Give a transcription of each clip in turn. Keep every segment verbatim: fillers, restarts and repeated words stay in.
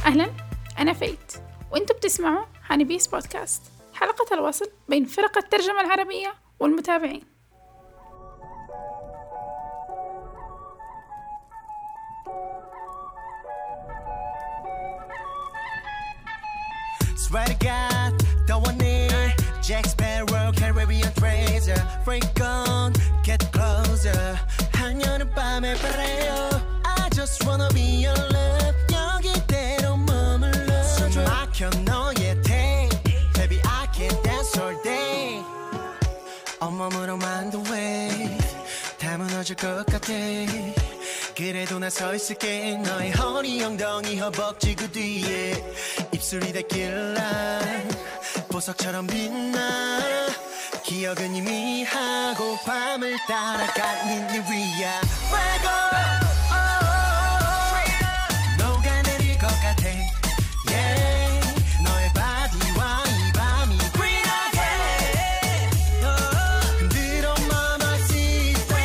أهلا، أنا فايت وأنتوا بتسمعوا هانيبيس بودكاست، حلقة الوصل بين فرق الترجمة العربية والمتابعين. Swear to God, don't want it. Jack Sparrow, Caribbean treasure. Freak on, get closer. 한여름 밤에 바래요. I just wanna be your love. 여기대로 머물러. 숨 막혀 너의 tape. Baby, I can dance all day. 온몸으로 만든 wave. 다 무너질 것 같아. 그래도 나 서 있을게. 너의 허리 엉덩이 허벅지 그 뒤에 입술이 닿길라 보석처럼 빛나. 기억은 희미하고 밤을 따라가는 네 위야. Fuego 녹아내릴 것 같아. Yeah. 너의 바디와 이 밤이 green하게 흔들어 mamacita.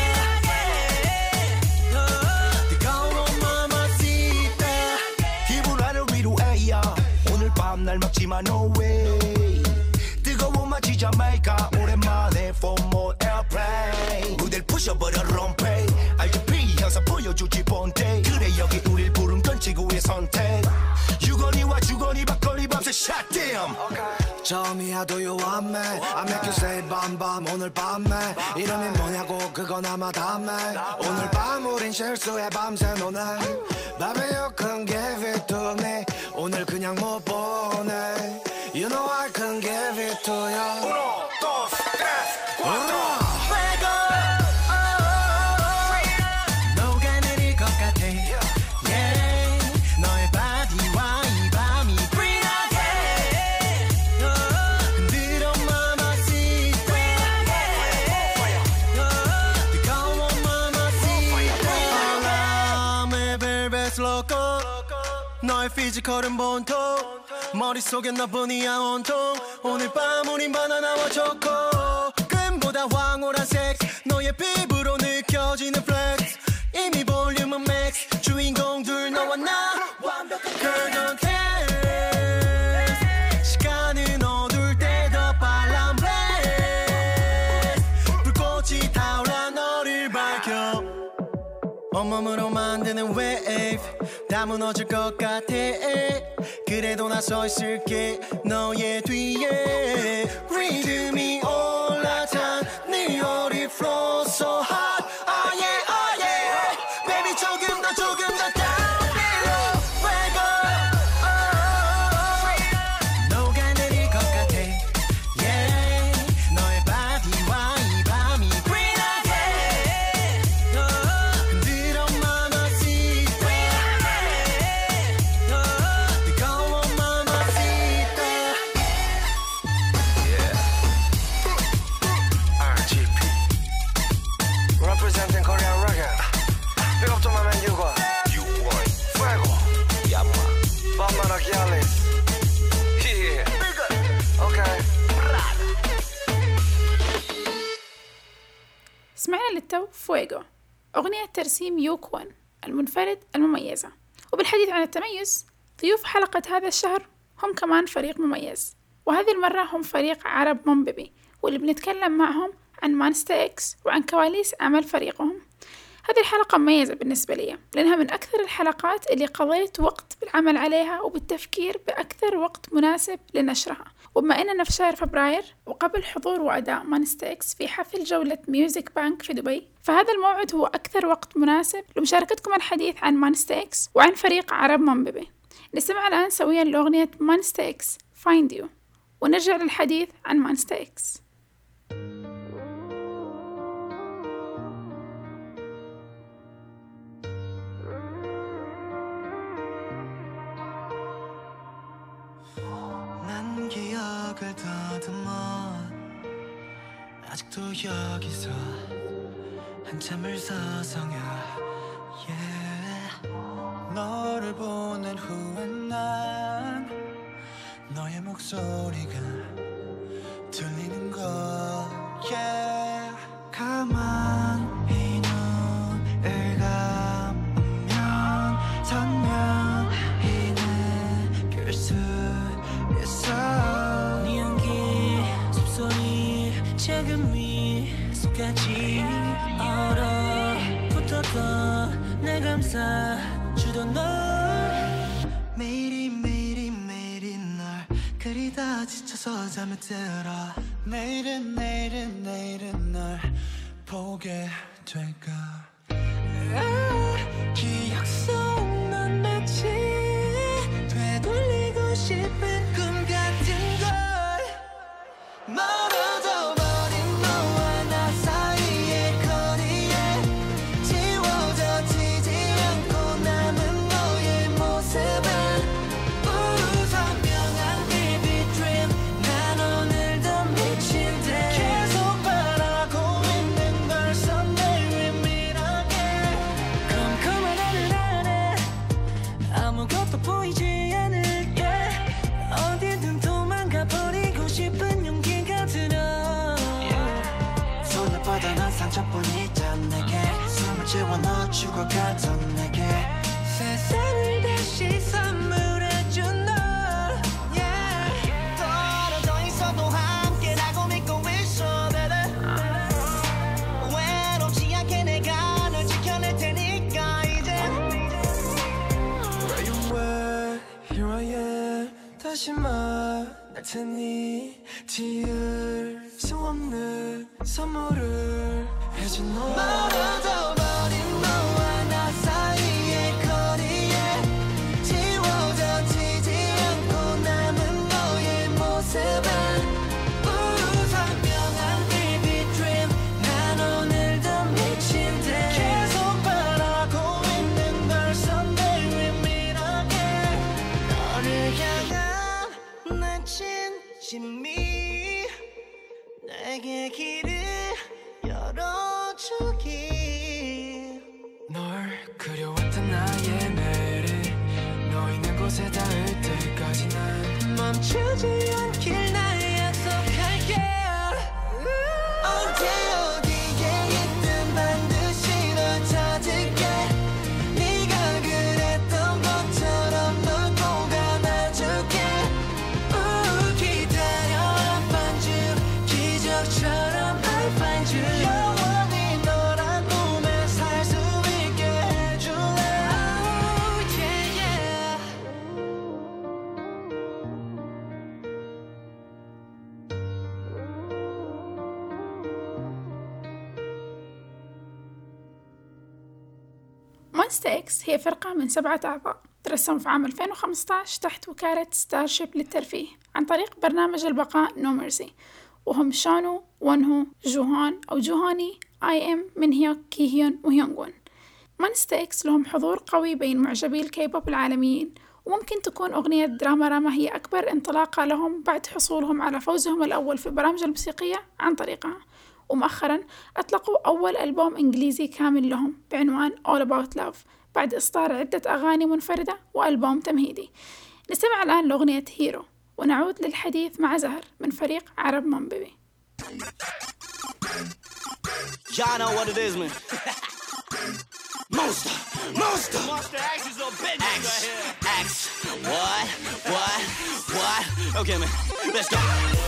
뜨거워 mamacita. 기분 하늘 위로 에야. 오늘 밤 날 막지마 no way. 뜨거운 마치 자메이카. 오랜만에 for more airplane. 무대를 부셔버려 롬페이. 알지피 항상 보여주지 본데. 그래 여기 우릴 부른 건 지구의 선택. 유건이와 주건이 박건이 밤새 shot damn. 처음이야 do you want me. I make you say 밤밤 오늘 밤에. 이름이 뭐냐고 그건 아마 다음에. 오늘 밤 우린 실수해 밤새 노네. Baby you can give it to me. 오늘 그냥 못 보내. You know I can give it to you. Uno, dos, tres, cuatro. Fuego 녹아내릴 것 같아. Yeah. 너의 바디와 이 밤이 green하게 흔들어 mamacita. 뜨거워 mamacita. 바람의 velvet loco. 너의 피지컬은 본토. 머릿속엔 너뿐이야 온통. 오늘 밤 우린 바나나와 초코. 끈보다 황홀한 섹스. 너의 피부로 느껴지는 플렉스. 이미 볼륨은 맥스. 주인공들 너와 나 완벽한 Girl don't test. 시간은 어두울 때 더 빨라 blaze. 불꽃이 타올라 너를 밝혀. 온몸으로 만드는 wave. 다 무너질 것 같아. 그래도 나 서 있을게 너의 뒤에. 리듬이 올라탄 네 허리 flow so hot. Oh yeah, oh yeah. Baby 조금 더 조금 더 down below. Fuego 녹아내릴 것 같아. Yeah. 너의 바디와 이 밤이 green하게 흔들어 mamacita. 뜨거워 mamacita. 알지피 Representing Korean reggae. Big up to my man Yugo. Fuego. Yama. Bambara Gialis. Yeah. Okay. سمعنا للتو فويغو، أغنية ترسيم يوكوان المنفرد المميزة. وبالحديث عن التميز، ضيوف حلقة هذا الشهر هم كمان فريق مميز، وهذه المرة هم فريق عرب مومبيبي، واللي بنتكلم معهم عن مانستا إكس وعن كواليس عمل فريقهم. هذه الحلقة مميزة بالنسبة لي لأنها من أكثر الحلقات اللي قضيت وقت بالعمل عليها وبالتفكير بأكثر وقت مناسب لنشرها. وبما أننا في شهر فبراير وقبل حضور وأداء مانستا إكس في حفل جولة ميوزك بانك في دبي، فهذا الموعد هو أكثر وقت مناسب لمشاركتكم الحديث عن مانستا إكس وعن فريق عرب مومبيبي. نستمع الآن سويا لأغنية مانستا إكس Find You، ونرجع للحديث عن مانستا إكس. 난 기억을 더듬어 아직도 여기서 한참을 서성여. Yeah. 너를 보낸 후에 난 너의 목소리가 들리는 걸. Yeah. 가만히 눈을 감으면 선명히 기다 지쳐서 잠에 들어 내일은 내일은 내일은 널 보게 될까 아, 기억 속 넌 마치 되돌리고 싶은 꿈 같은 걸 멀어져 버린 너와 나 사이의 거리에 지워져지지 않고 남은 너의 모습은 우선명한 vivid dream 난 오늘도 미친 듯 계속 바라고 있는 걸 someday we meet again 컴컴한 하늘 아래 아무것도 보이지 않을게 어디든 도망가 버리고 싶은 용기가 들어 손을 뻗어 난 상처뿐이던 내게 숨을 채워 너 죽어가던 내게 세상을 다시 선물해준 너 yeah. 떨어져 있어도 함께라고 믿고 있어 baby 외롭지 않게 내가 널 지켜낼 테니까 이제 Where you were, here I am 다시 말할 테니 지을 수 없는 선물을 해준 너 멀어져 버린 너와 나 사이의 거리에 지워져지지 않고 남은 너의 모습은 우선명한 vivid dream 난 오늘도 미친 듯 계속 바라고 있는 걸 someday we meet again 너를 향한 내 진심이 내게 길을 열어주기 널 그려왔던 나의 내일이 너 있는 곳에 닿을 때까지 난 멈추지 않길 날 약속할게 언제 어디에 있든 반드시 널 찾을게 네가 그랬던 것처럼 널 꼭 안아줄게 우 기다려 I find you 기적처럼 I find you 영원히 너란 꿈에 살 수 있게 해줄래 oh, yeah, yeah. مونستا إكس هي فرقة من سبعة أعضاء ترسموا في عام ألفين وخمسة عشر تحت وكالة ستارشيب للترفيه عن طريق برنامج البقاء نو ميرسي وهم شانو، وونهو، جوهان أو جوهاني، آي إم، منهيوك، كيهيون وهيونغون. مونستا إكس لهم حضور قوي بين معجبي الكيبوب العالميين وممكن تكون أغنية دراما راما هي أكبر انطلاقة لهم بعد حصولهم على فوزهم الأول في البرامج الموسيقية عن طريقها ومؤخرا أطلقوا أول ألبوم إنجليزي كامل لهم بعنوان All About Love بعد إصدار عدة أغاني منفردة وألبوم تمهيدي. نستمع الآن لأغنية هيرو ونعود للحديث مع زهر من فريق عرب مومبيبي. Y'all know what it is, man. Monster, monster. Monster X is a bitch right here. X, what, what, what? Okay, man, let's go.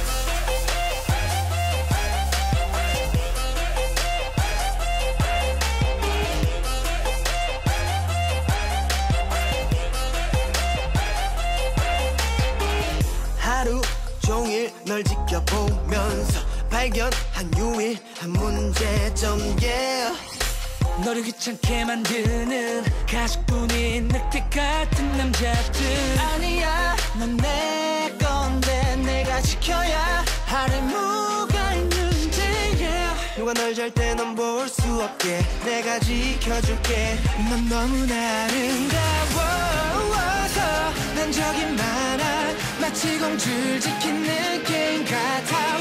하루 종일 널 지켜보면서 발견한 유일한 문제점 yeah. 너를 귀찮게 만드는 가식뿐인 늑대 같은 남자들 아니야 넌 내 건데 내가 지켜야 할 뭐가 있는지 yeah. 누가 널 잘 때 넌 볼 수 없게 내가 지켜줄게 넌 너무나 아름다워서 난 저기 많아 마치 공주를 지킨 느낌 같아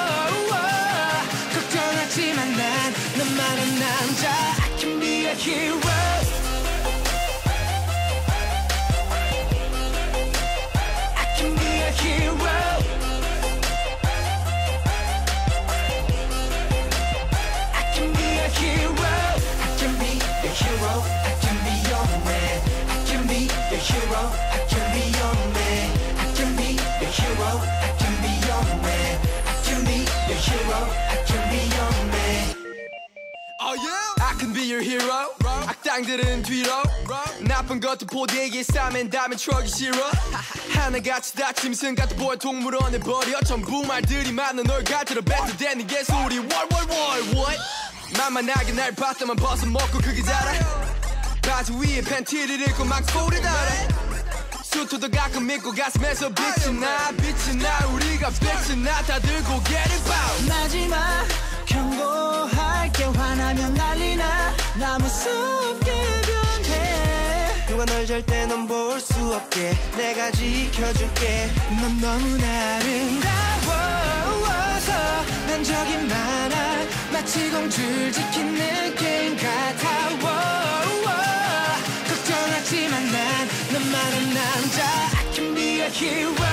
걱정하지만 난 너만한 남자 I can be a hero I can be a hero I can be a hero I can be the hero I can be your man I can be the hero I can be your man I can be the hero I can be your man I can be the hero I can be your man Oh yeah? I can be your hero 악당들은 뒤로 나쁜 것도 포대에 싸맨 다음에 트럭이 싫어 하나같이 다짐 승가도 보여 동물원에 버려 전부 말들이 많아 널 가지러 뱉어대는 개소리 월월월 what 만만하게 날 봤다만 벗어먹고 그게 다라 바지 위에 팬티를 입고 막 소리 달아 수트도 가끔 믿고 가슴에서 빛이 나 빛이 나 우리가 빛이 나 다들 고개를 봐 마지막 경고할게 화나면 난리나 나 무섭게 변해 누가 널 절대 넌 볼 수 없게 내가 지켜줄게 넌 너무나 아름다워서 난 저기 많아 마치 공주를 지킨 느낌 같아 걱정하지만 난 너만한 남자 I can be a hero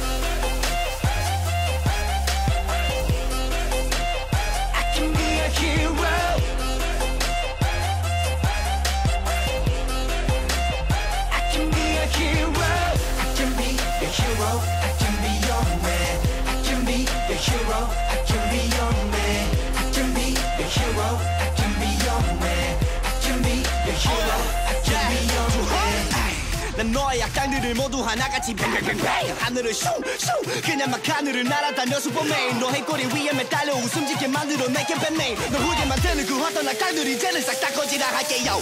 Hero, I can be your man. I can be your hero. I can be your man. I can be your hero. I can be your man. 난 너의 악당들을 모두 하나같이 뱅뱅뱅뱅 하늘을 슝슝 그냥 막 하늘을 날아다녀 슈퍼맨 너의 꼬리 위에 매달려 웃음 짓게 만들어 내게 뱀맨 너 후게 만드는 그 어떤 악당들 이제는 싹 다 꺼지라 할게요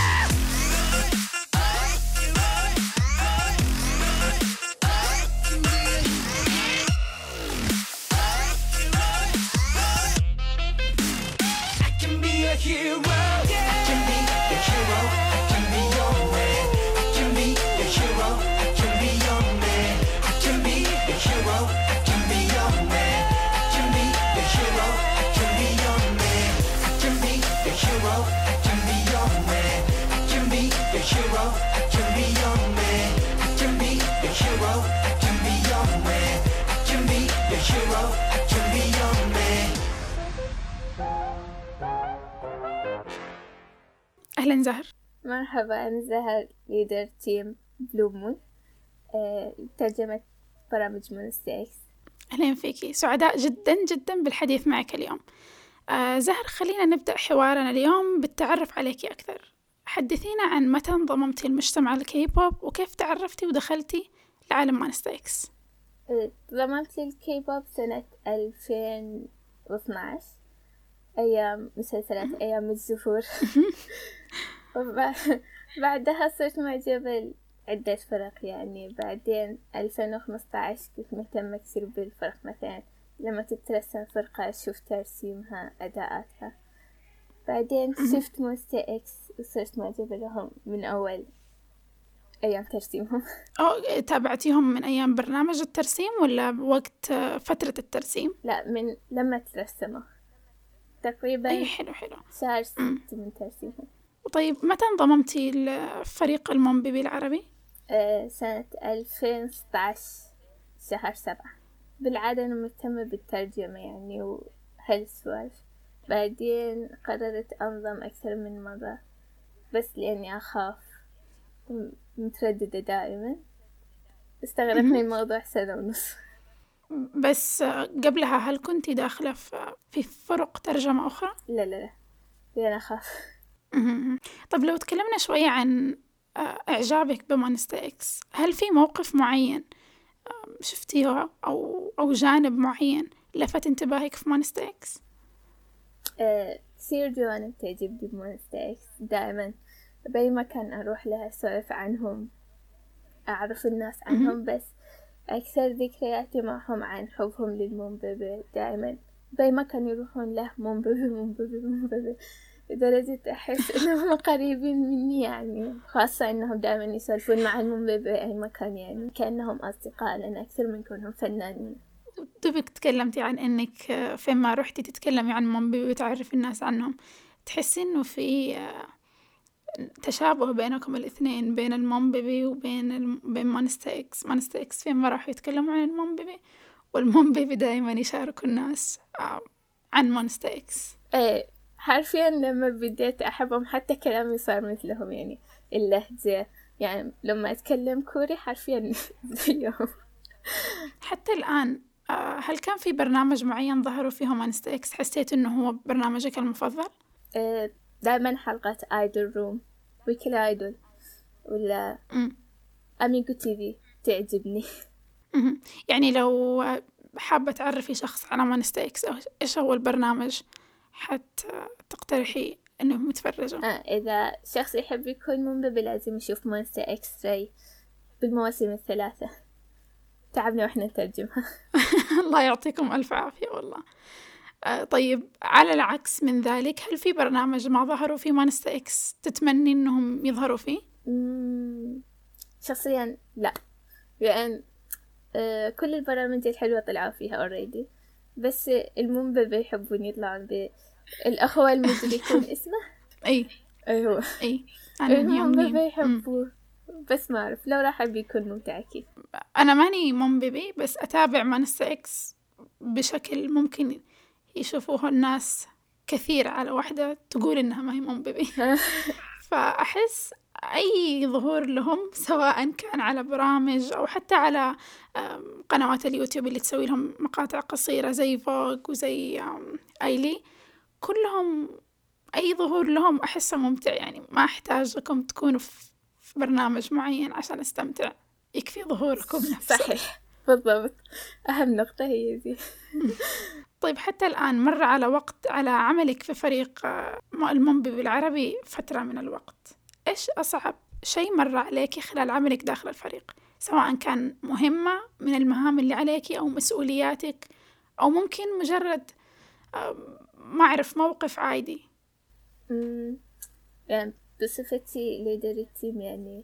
Hero, I can be your hero. I can be your man. I can be your hero. I can be your man. I can be your hero. I can be your man. I can be your hero. I can be your man. I can be your hero. I can be your man. I can be your hero. I can be your man. I can be your hero. I can be your man. I can be your hero. I can be your man. أهلا زهر. مرحبا، أنا زهر ليدر تيم بلو مون أه، ترجمة برامج مونستا إكس. أهلا فيكي، سعداء جدا جدا بالحديث معك اليوم. أه زهر، خلينا نبدأ حوارنا اليوم بالتعرف عليك أكثر. حدثينا عن متى انضممتي لمجتمع الكي بوب وكيف تعرفتي ودخلتي لعالم مونستا إكس. انضممت للكي بوب سنة ألفين واثناعش أيام مسلسلات أيام الزفور. بعدها صرت معجبة عدة فرق، يعني بعدين ألفين وخمسطعش كنت مهتمة كثير بالفرق، مثلا لما تترسم فرقة أشوف ترسيمها أداءاتها. بعدين شفت مونستا إكس وصرت معجبة لهم من أول أيام ترسيمهم. أو تابعتيهم من أيام برنامج الترسيم ولا وقت فترة الترسيم؟ لا، من لما ترسموا تقريبا. أي حلو حلو. شهر ست من ترسيمهم. طيب متى انضممتي لفريق المونبيبي العربي؟ أه سنة ألفين وستطعش شهر سبعة. بالعادة أنا مهتمة بالترجمة يعني وهالسوالف. بعدين قررت أنضم أكثر من مرة بس لأني أخاف، مترددة دائما. استغرقني الموضوع سنة ونص. بس قبلها هل كنتي داخلة في فرق ترجمة أخرى؟ لا لا لا، لأن أخاف. طب لو تكلمنا شوية عن إعجابك بمونستا إكس، هل في موقف معين شفتيه أو أو جانب معين لفت انتباهك في مونستا إكس؟ أه كثير جوانب تعجبني بمونستا إكس. دائما بأي مكان أروح لها أسولف عنهم، أعرف الناس عنهم، بس أكثر ذكرياتي معهم عن حبهم للمونبيبي. دائما بأي مكان يروحون له مونبيبي مونبيبي مونبيبي، لدرجة أحس إنهم قريبين مني، يعني خاصة إنهم دائما يسولفون مع المونبيبي أي مكان، يعني كأنهم أصدقاء لنا أكثر من كونهم فنانين. دوبك تكلمتي عن إنك فين ما رحتي تتكلمي عن المونبيبي وتعرفي الناس عنهم، تحسي إنه في تشابه بينكم الاثنين، بين المونبيبي وبين الم... بين مونستا إكس. مونستا إكس فين ما راحوا يتكلموا عن المونبيبي، والمونبيبي دائما يشاركوا الناس عن مونستا إكس. إيه حرفيا لما بديت أحبهم حتى كلامي صار مثلهم، يعني اللهجة، يعني لما أتكلم كوري حرفيا زيهم. حتى الآن هل كان في برنامج معين ظهروا فيه مونستا إكس حسيت إنه هو برنامجك المفضل؟ إيه دائما حلقة آيدول روم، ويكل آيدول، ولا أميجو تي في تعجبني. يعني لو حابة تعرفي شخص على مانستا إكس، إيش هو البرنامج حتى تقترحي إنه يتفرجوا؟ آه إذا شخص يحب يكون منبه لازم يشوف مانستا إكس راي بالمواسم الثلاثة. تعبنا وإحنا نترجمها. الله يعطيكم ألف عافية والله. آه طيب على العكس من ذلك، هل في برنامج ما ظهروا في مانستا إكس تتمني إنهم يظهروا فيه؟ شخصيا لا، لأن آه كل البرامج الحلوة طلعوا فيها أوريدي، بس المنبه يحبون يطلعون بالأخوة المدركون اسمه. أي أي هو أي المنبه يحبوه، بس ما أعرف لو راح بيكون ممتع أكيد. أنا ماني منببي، بس أتابع مانستا إكس بشكل ممكن يشوفوه الناس كثير على واحدة تقول إنها ما هي منببي. فأحس أي ظهور لهم سواء كان على برامج أو حتى على قنوات اليوتيوب اللي تسوي لهم مقاطع قصيرة زي فوغ وزي آيلي، كلهم أي ظهور لهم أحسه ممتع. يعني ما أحتاج لكم تكونوا في برنامج معين عشان أستمتع، يكفي ظهوركم نفسه. صحيح بالضبط، أهم نقطة هي دي. طيب حتى الآن مر على وقت على عملك في فريق المنبب العربي فترة من الوقت، إيش أصعب شيء مر عليك خلال عملك داخل الفريق، سواء كان مهمة من المهام اللي عليك أو مسؤولياتك، أو ممكن مجرد ما أعرف موقف عادي؟ امم يعني بصفتي ليدر التيم، يعني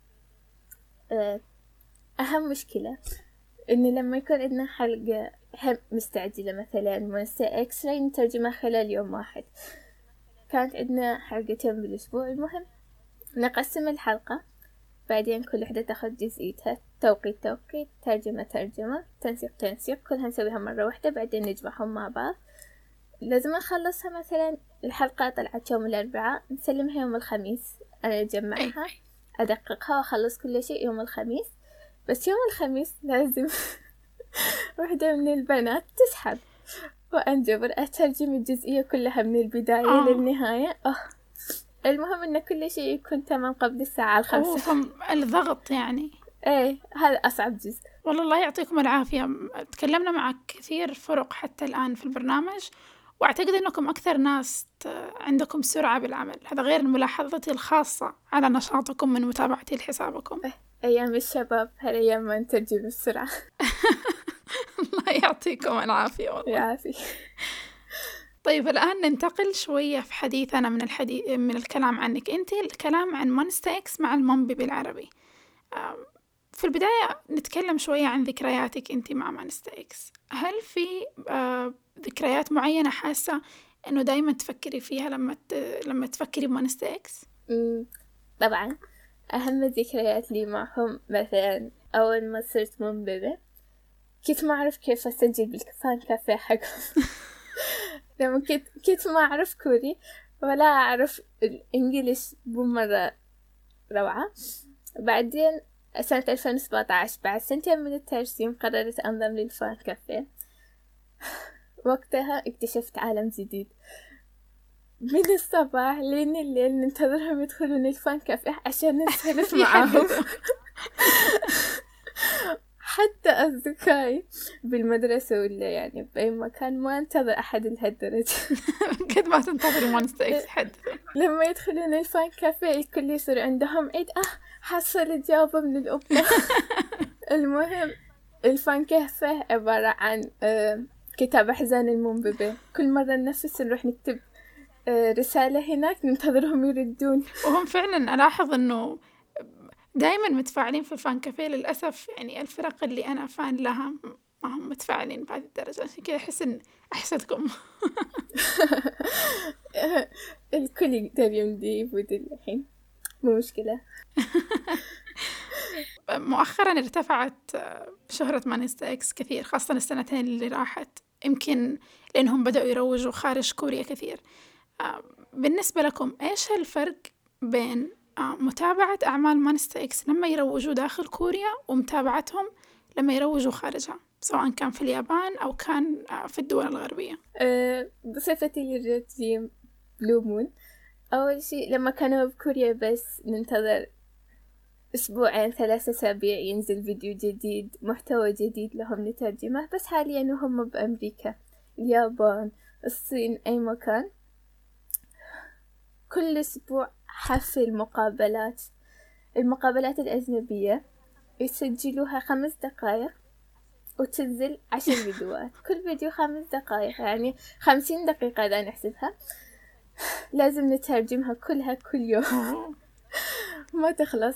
أهم مشكلة إن لما يكون عندنا حلقة مستعجلة مثلا مانستا إكس راي نترجمها خلال يوم واحد، كانت عندنا حلقتين بالأسبوع. المهم نقسم الحلقة، بعدين كل وحدة تاخد جزئيتها، توقيت توقيت، ترجمة ترجمة، تنسيق تنسيق، كلها نسويها مرة واحدة، بعدين نجمعهم مع بعض. لازم نخلصها مثلا الحلقة طلعت يوم الأربعاء، نسلمها يوم الخميس، أنا أجمعها أدققها وأخلص كل شيء يوم الخميس. بس يوم الخميس لازم واحدة من البنات تسحب وأنجبر أترجم الجزئية كلها من البداية آه. للنهاية. أوه. المهم أن كل شيء يكون تمام قبل الساعة الخمسة. الضغط يعني ايه هذا أصعب جزء. والله الله يعطيكم العافية. تكلمنا مع كثير فرق حتى الآن في البرنامج، وأعتقد أنكم أكثر ناس عندكم سرعة بالعمل، هذا غير ملاحظتي الخاصة على نشاطكم من متابعتي لحسابكم. إيه. أيام الشباب هالأيام ما نترجم بسرعة. الله يعطيكم العافية والله. يعافي. طيب الآن ننتقل شوية في حديثنا من الحديث من الكلام عنك أنت، الكلام عن مانستا إكس مع المنبب العربي. في البداية نتكلم شوية عن ذكرياتك أنت مع مانستا إكس. هل في ذكريات معينة حاسة إنه دايما تفكري فيها لما لما تفكري بمانستا إكس؟ طبعا أهم ذكريات لي معهم مثلا أول ما صرت منببة كنت ما أعرف كيف أسجل بالفان كافيه حقهم. لما كنت كنت ما أعرف كوري ولا أعرف الإنجليش بمرة روعة. بعدين سنة ألفين وسبعة عشر بعد سنتين من الترسيم قررت أنضم للفان كافيه. وقتها اكتشفت عالم جديد، من الصباح لين الليل ننتظرهم يدخلون الفان كافيه عشان نسولف معاهم. حتى أصدقائي بالمدرسة ولا يعني بأي مكان ما انتظر أحد لهالدرجة. قد ما تنتظر مانستا إكس حد. لما يدخلون الفان كافيه الكل يصير عندهم عيد، أه حصل جوابه من الأبنة. المهم الفان كافيه عبارة عن آه كتاب أحزان المنببة، كل مرة نفس نروح نكتب آه رسالة هناك ننتظرهم يردون. وهم فعلا ألاحظ أنه دائما متفاعلين في الفان كافيه. للأسف يعني الفرق اللي أنا فان لها ما هم متفاعلين بهذه الدرجة، عشان كذا أحس إن أحسدكم. الكل يقدر يمدي يبود الحين، مو مشكلة. مؤخرا ارتفعت شهرة مانستا إكس كثير، خاصة السنتين اللي راحت، يمكن لأنهم بدأوا يروجوا خارج كوريا كثير. بالنسبة لكم إيش الفرق بين متابعة أعمال مانستا إكس لما يروجوا داخل كوريا ومتابعتهم لما يروجوا خارجها، سواء كان في اليابان أو كان في الدول الغربية؟ أه بصفتي للرجيم بلو مون أول شيء لما كانوا بكوريا بس ننتظر أسبوعين ثلاث أسابيع ينزل فيديو جديد، محتوى جديد لهم نترجمه. بس حاليا هم بأمريكا، اليابان، الصين، أي مكان، كل أسبوع حفل مقابلات. المقابلات الأجنبية يسجلوها خمس دقائق وتنزل عشر فيديوهات، كل فيديو خمس دقائق، يعني خمسين دقيقة إذا نحسبها. لازم نترجمها كلها كل يوم ما تخلص.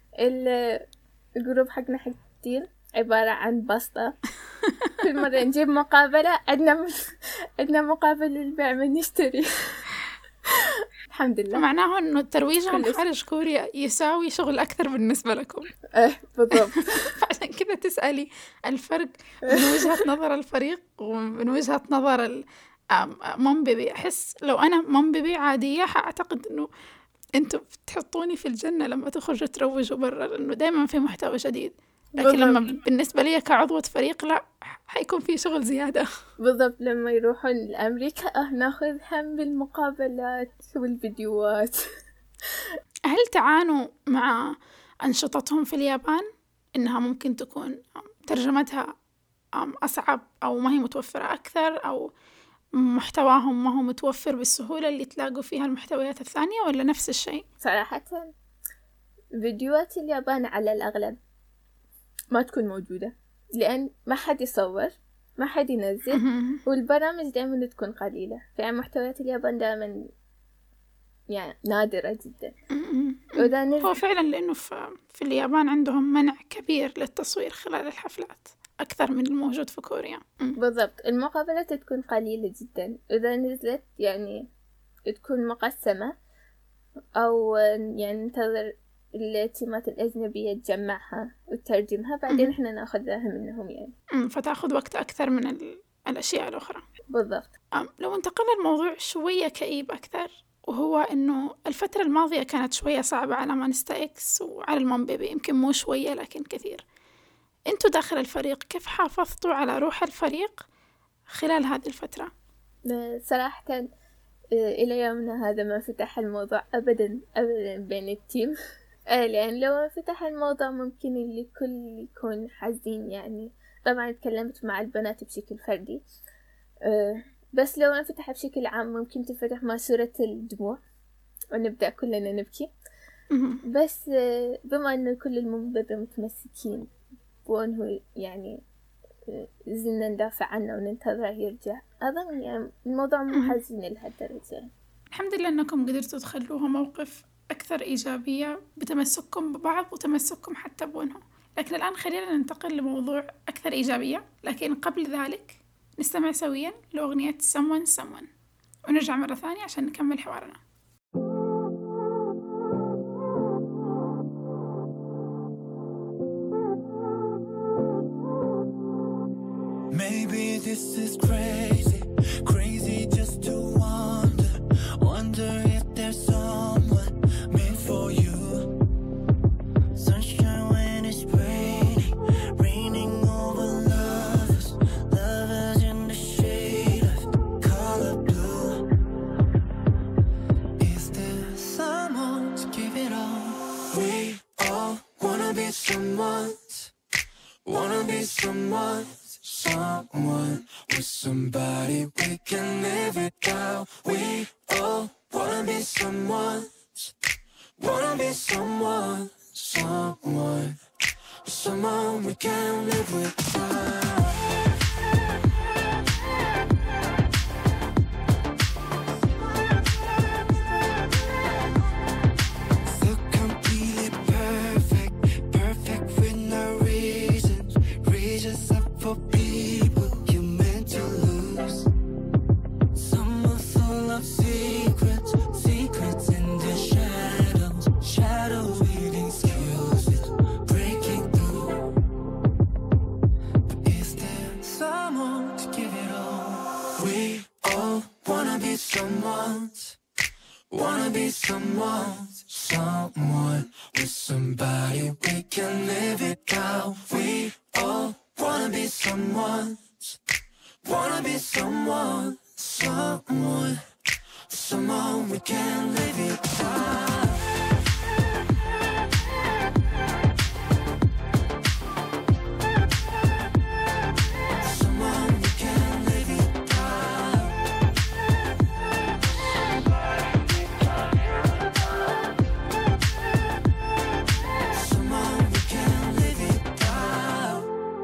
الجروب حقنا حق التيم عبارة عن بسطة. كل مرة نجيب مقابلة عندنا عندنا مقابلة للبيع من نشتري. الحمد لله. معناه إنه ترويجهم خارج كوريا يساوي شغل أكثر بالنسبة لكم. إيه بالضبط. عشان كذا تسألي الفرق من وجهة نظر الفريق ومن وجهة نظر مام بيبي. أحس لو أنا مام بيبي عادية أعتقد إنه أنتوا تحطوني في الجنة لما تخرجوا تروجوا برا، لأنه دايما في محتوى جديد. لكن لما بالنسبة لي كعضوة فريق لا، حيكون في شغل زيادة. بالضبط. لما يروحون لأمريكا اه ناخذ هم بالمقابلات والفيديوهات. هل تعانوا مع أنشطتهم في اليابان؟ إنها ممكن تكون ترجمتها أصعب أو ما هي متوفرة أكثر، أو محتواهم ما هو متوفر بالسهولة اللي تلاقوا فيها المحتويات الثانية، ولا نفس الشيء؟ صراحة فيديوهات اليابان على الأغلب ما تكون موجودة، لأن ما حد يصور، ما حد ينزل، والبرامج دائما تكون قليلة. يعني محتويات اليابان دائما يعني نادرة جدا. هو فعلا لأنه في اليابان عندهم منع كبير للتصوير خلال الحفلات أكثر من الموجود في كوريا. بالضبط. المقابلات تكون قليلة جدا، إذا نزلت يعني تكون مقسمة، أو يعني ننتظر التيمات الأجنبية تجمعها وتترجمها، بعدين إحنا نأخذها منهم يعني. فتأخذ وقت أكثر من الأشياء الأخرى. بالضبط. لو انتقلنا الموضوع شوية كئيب أكثر، وهو إنه الفترة الماضية كانت شوية صعبة على مانستا إكس وعلى المام بيبي، يمكن مو شوية لكن كثير. أنتوا داخل الفريق كيف حافظتوا على روح الفريق خلال هذه الفترة؟ صراحة إلى يومنا هذا ما فتح الموضوع أبدا أبدا بين التيم. لأن لو فتح الموضوع ممكن الكل يكون حزين. يعني طبعا تكلمت مع البنات بشكل فردي، بس لو انفتح بشكل عام ممكن تفتح مع صورة الدموع ونبدأ كلنا نبكي. بس بما أنه كل المنببة متمسكين وأنه يعني زلنا ندافع عنه وننتظره يرجع، أظن يعني الموضوع مو حزين لهالدرجة. الحمد لله أنكم قدرتوا تخلوها موقف أكثر إيجابية بتمسككم ببعض وتمسككم حتى بونهم. لكن الآن خلينا ننتقل لموضوع أكثر إيجابية، لكن قبل ذلك نستمع سويا لأغنية Someone Someone ونرجع مرة ثانية عشان نكمل حوارنا. Maybe this is crazy, crazy just to wonder, wonder if there's someone made for you. Sunshine when it's raining, raining over lovers, lovers in the shade of color blue. Is there someone to give it all? We all wanna be someone's, wanna be someone's. Someone with somebody we can live it out. We all wanna be someone, wanna be someone, someone, someone we can live without. So completely perfect, perfect with no reasons, reasons up for people. Secrets, secrets in the shadows, shadows reading skills with breaking through. But is there someone to give it all? We all wanna be someone's, wanna be someone's, someone with somebody we can live it out. We all wanna be someone's, wanna be someone, someone. Someone we can live it up. Someone we can live it up. Someone we can live it up.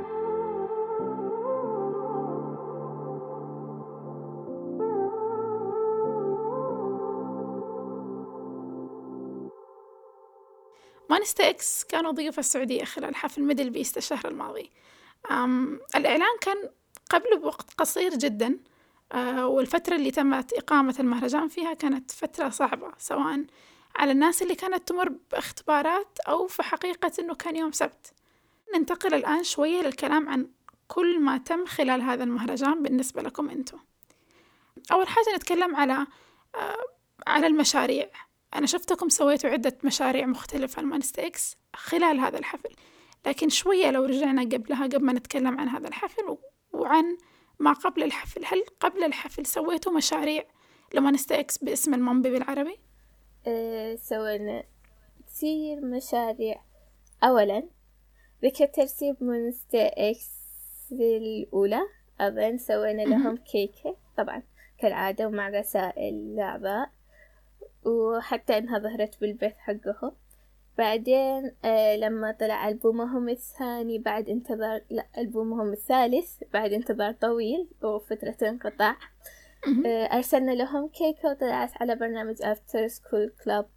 مانستا إكس كانوا ضيوف السعودية خلال حفل ميدل بيست الشهر الماضي. أم الإعلان كان قبل بوقت قصير جدا، أه والفترة اللي تمت إقامة المهرجان فيها كانت فترة صعبة، سواء على الناس اللي كانت تمر باختبارات أو في حقيقة أنه كان يوم سبت. ننتقل الآن شوية للكلام عن كل ما تم خلال هذا المهرجان بالنسبة لكم أنتم. أول حاجة نتكلم على أه على المشاريع. أنا شفتكم سويتوا عدة مشاريع مختلفة لمانستا إكس خلال هذا الحفل، لكن شوية لو رجعنا قبلها قبل ما نتكلم عن هذا الحفل وعن ما قبل الحفل، هل قبل الحفل سويتوا مشاريع لمانستا إكس باسم المنبي بالعربي؟ أه سوينا كثير مشاريع. أولا ذكر ترتيب مانستا إكس الأولى، أظن سوينا لهم كيكة طبعا كالعادة ومع رسائل الأعضاء، وحتى إنها ظهرت بالبث حقهم. بعدين آه لما طلع ألبومهم الثاني بعد انتظار لا ألبومهم الثالث بعد انتظار طويل وفترة انقطاع، آه أرسلنا لهم كيكة وطلعت على برنامج After School Club.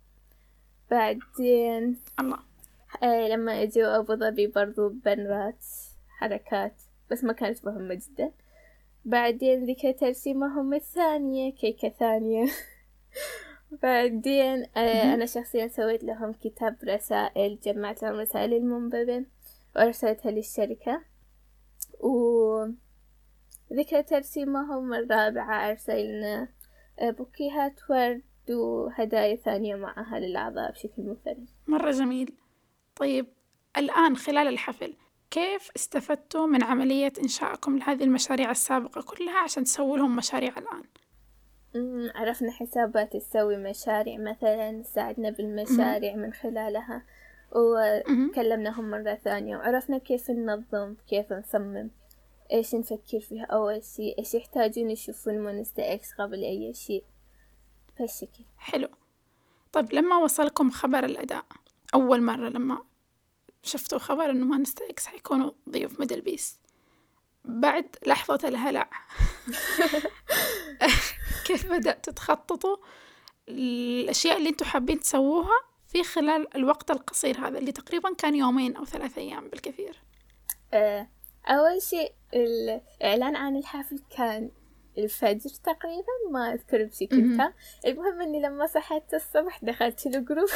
بعدين الله آه لما اجوا أبو ظبي برضو بنرات حركات بس ما كانت مهمة جدا. بعدين ذكر ترسيمهم الثانية كيكة ثانية. بعدين آه أنا شخصيا سويت لهم كتاب رسائل، جمعت لهم رسائل المنببة وأرسلتها للشركة. وذكر ترسيمهم الرابعة أرسلنا آه بوكيهات ورد وهدايا ثانية معها للأعضاء بشكل منفرد. مرة جميل. طيب الآن خلال الحفل كيف استفدتوا من عملية إنشائكم لهذه المشاريع السابقة كلها عشان تسووا لهم مشاريع الآن؟ عرفنا حسابات تسوي مشاريع مثلا، ساعدنا بالمشاريع من خلالها، وكلمناهم مرة ثانية وعرفنا كيف ننظم، كيف نصمم، إيش نفكر فيها أول شيء، إيش يحتاجون يشوفون مانستا إكس قبل أي شيء بهالشكل. حلو. طيب لما وصلكم خبر الأداء أول مرة، لما شفتوا خبر إنه مانستا إكس حيكونوا ضيوف ميدل بيست، بعد لحظة الهلع كيف بدأتوا تخططوا الأشياء اللي أنتوا حابين تسووها في خلال الوقت القصير هذا اللي تقريبا كان يومين أو ثلاثة أيام بالكثير؟ أه أول شيء الإعلان عن الحفل كان الفجر تقريبا، ما أذكر بشكل تام. المهم أني لما صحيت الصبح دخلت الجروب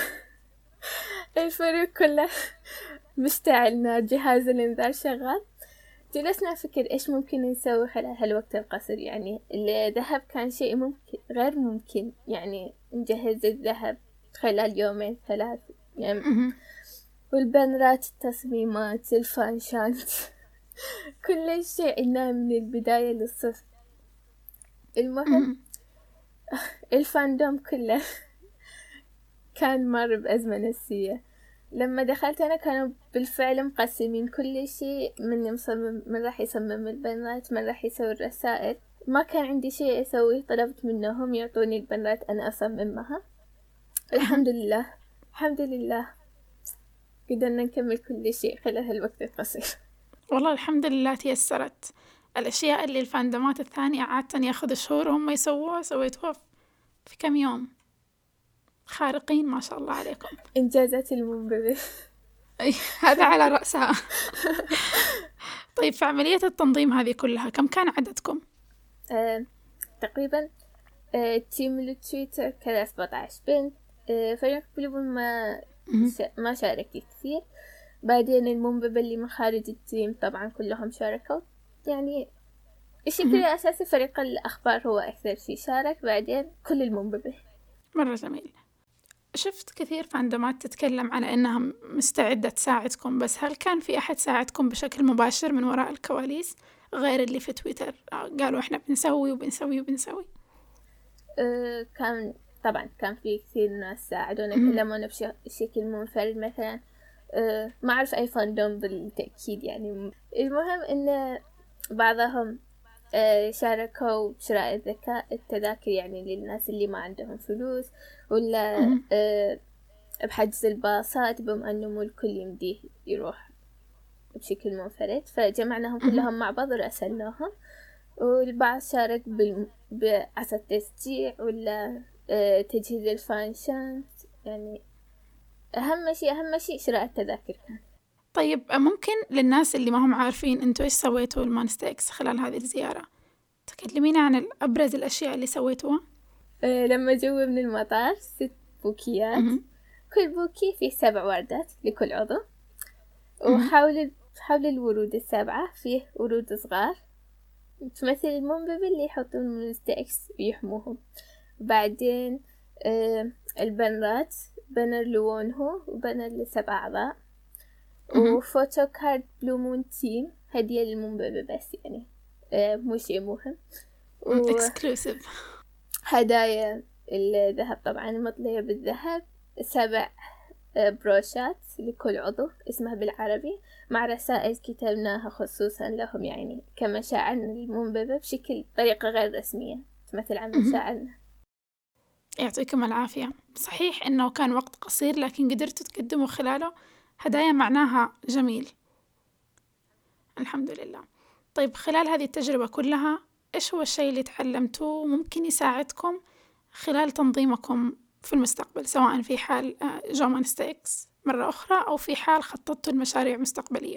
الفريق كله مشتعل نار، جهاز الإنذار شغال. جلسنا نفكر إيش ممكن نسوي خلال هالوقت القصير. يعني الذهب كان شيء ممكن غير ممكن، يعني نجهز الذهب خلال يومين ثلاث يعني. والبنرات، التصميمات، الفانشانت كل شيء إنه من البداية للصفر. المهم الفاندوم كله كان مر بأزمة نفسية. لما دخلت أنا كانوا بالفعل مقسمين كل شيء، من مصمم من راح يصمم البنات، من راح يسوي الرسائل. ما كان عندي شيء أسويه، طلبت منهم يعطوني البنات أنا أصممها. الحمد لله الحمد لله قدرنا نكمل كل شيء خلال هالوقت القصير. والله الحمد لله تيسرت. الأشياء اللي الفاندمات الثانية عادة ياخذ شهور هم يسووها، سويتوها في كم يوم. خارقين ما شاء الله عليكم. إنجازات المنبذة. أي هذا على رأسها. طيب في عملية التنظيم هذه كلها كم كان عددكم؟ آه، تقريبا آه، تيم التويتر كذا سبعة عشر بنت. آه، فريق بلوبون ما شا ما شارك كثير. بعدين المنبذة اللي من خارج التيم طبعا كلهم شاركوا. يعني الشكل الأساسي فريق الأخبار هو أكثر شيء شارك، بعدين كل المنبذة. مرة جميل. شفت كثير فاندمات تتكلم على أنها مستعدة تساعدكم، بس هل كان في أحد ساعدكم بشكل مباشر من وراء الكواليس غير اللي في تويتر قالوا إحنا بنسوي وبنسوي وبنسوي؟ أه كان طبعا كان في كثير ناس ساعدونا كلمونا بشكل منفرد مثلا. أه ما أعرف أي فندم بالتأكيد يعني. المهم إن بعضهم أه شاركوا بشراء الذكاء التذاكر يعني للناس اللي ما عندهم فلوس، ولا أه بحجز الباصات بما أنه مو الكل يمديه يروح بشكل منفرد، فجمعناهم كلهم مع بعض ورأسلناهم. والبعض شارك بال... بعصا التشجيع ولا أه تجهيز الفانشنز. يعني أهم شيء أهم شيء شراء التذاكر كان. طيب ممكن للناس اللي ما هم عارفين أنتوا إيش سويتوا المانستيكس خلال هذه الزيارة، تكلمينا عن أبرز الأشياء اللي سويتوها؟ أه لما جوا من المطار ست بوكيات، كل بوكي فيه سبع وردات لكل عضو، وحول حول الورود السبعة فيه ورود صغار تمثل المنبب اللي يحطون المانستيكس ويحموهم. بعدين أه البنرات، بنر لونه وبنر لسبع أعضاء، وفوتو كارد بلو مون تيم هدية للمنبب بس يعني أه مو شيء مهم. اكسكلوسيف هدايا الذهب طبعا المطلية بالذهب، سبع بروشات لكل عضو اسمها بالعربي مع رسائل كتبناها خصوصا لهم يعني كمشاعرنا المنببة بشكل طريقة غير رسمية تمثل عن مشاعرنا. يعطيكم العافية. صحيح إنه كان وقت قصير لكن قدرتوا تقدموا خلاله هدايا معناها جميل الحمد لله. طيب خلال هذه التجربة كلها إيش هو الشيء اللي تعلمتوه ممكن يساعدكم خلال تنظيمكم في المستقبل، سواء في حال جو مانستيكس مرة أخرى أو في حال خططتوا المشاريع مستقبلية؟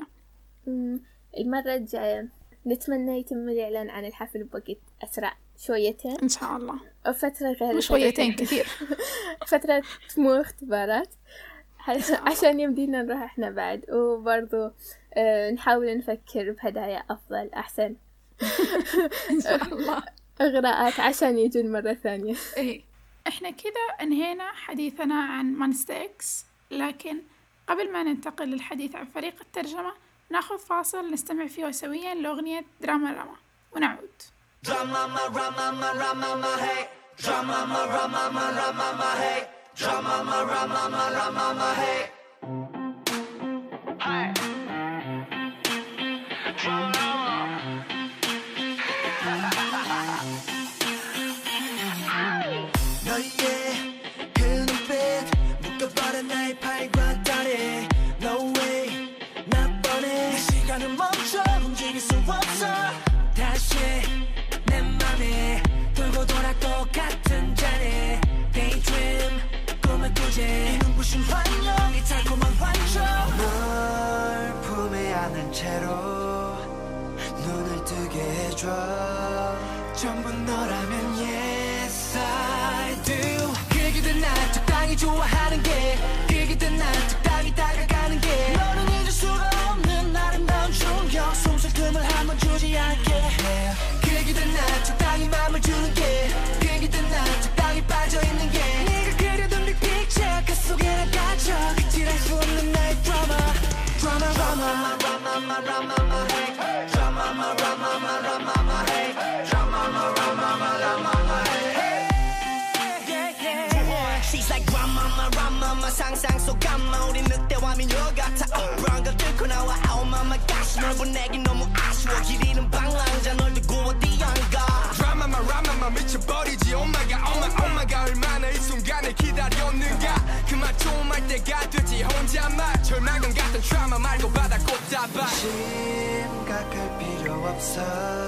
المرة الجاية نتمنى يتم الإعلان عن الحفل بوقت أسرع شويتين إن شاء الله، فترة غير شويتين كثير فترة مو اختبارات عشان يمدينا نروح إحنا بعد، وبرضو اه نحاول نفكر بهدايا أفضل أحسن إن شاء الله إغراءات عشان يجون مرة ثانية. إيه إحنا كذا انهينا حديثنا عن مانستيكس، لكن قبل ما ننتقل للحديث عن فريق الترجمة ناخذ فاصل نستمع فيه سويا لأغنية دراما راما ونعود. Drama ma rama ma rama ma hey, drama ma rama ma rama ma hey, drama ma rama ma rama ma hey. Hey. Drama. 너의 그 눈빛 묶어버린 나의 팔과 다리. No way 나 뻔해 내 시간은 멈춰 움직일 수 없어 다시 내 맘에 돌고 돌아 똑같은 자리. Daydream 꿈을 꾸지 이 눈부신 환영 이 달콤한 환청. 널 품에 안은 채로 눈을 뜨게 해줘. 전부 너라면 yes I do. 그기든 날 적당히 좋아하는 게 그기든 날 적당히 다가가는 게 너는 잊을 수가 없는 아름다운 충격. 숨쉴 틈을 한번 주지 않게 그기든 날 적당히 맘을 주는 게 그기든 날 적당히 빠져있는 게 네가 그려둔 빅 픽처 그 속에 나 갇혀 그칠할 수 없는 나의 드라마. 드라마 드라마 드라마 드라마 hey 드라마 드라마 드라마 hey 드라마 드라마 드라마 hey. She's like grandmama, grandmama 상상 속 감마 우리 늑대와 미녀 같아. 어, 그런 걸 뚫고 나와 oh my gosh 널 보내긴 너무 아쉬워. 길 잃은 방랑자 널 두고 어디 안 가. 드라마마 라마마 미쳐버리지 oh my god oh my oh my god 얼마나 이 순간을 기다렸는가. 그만 좀 할 때가 됐지 혼자만 절망감 같은 트라우마 말고 바다 꽃다발. 심각할 필요 없어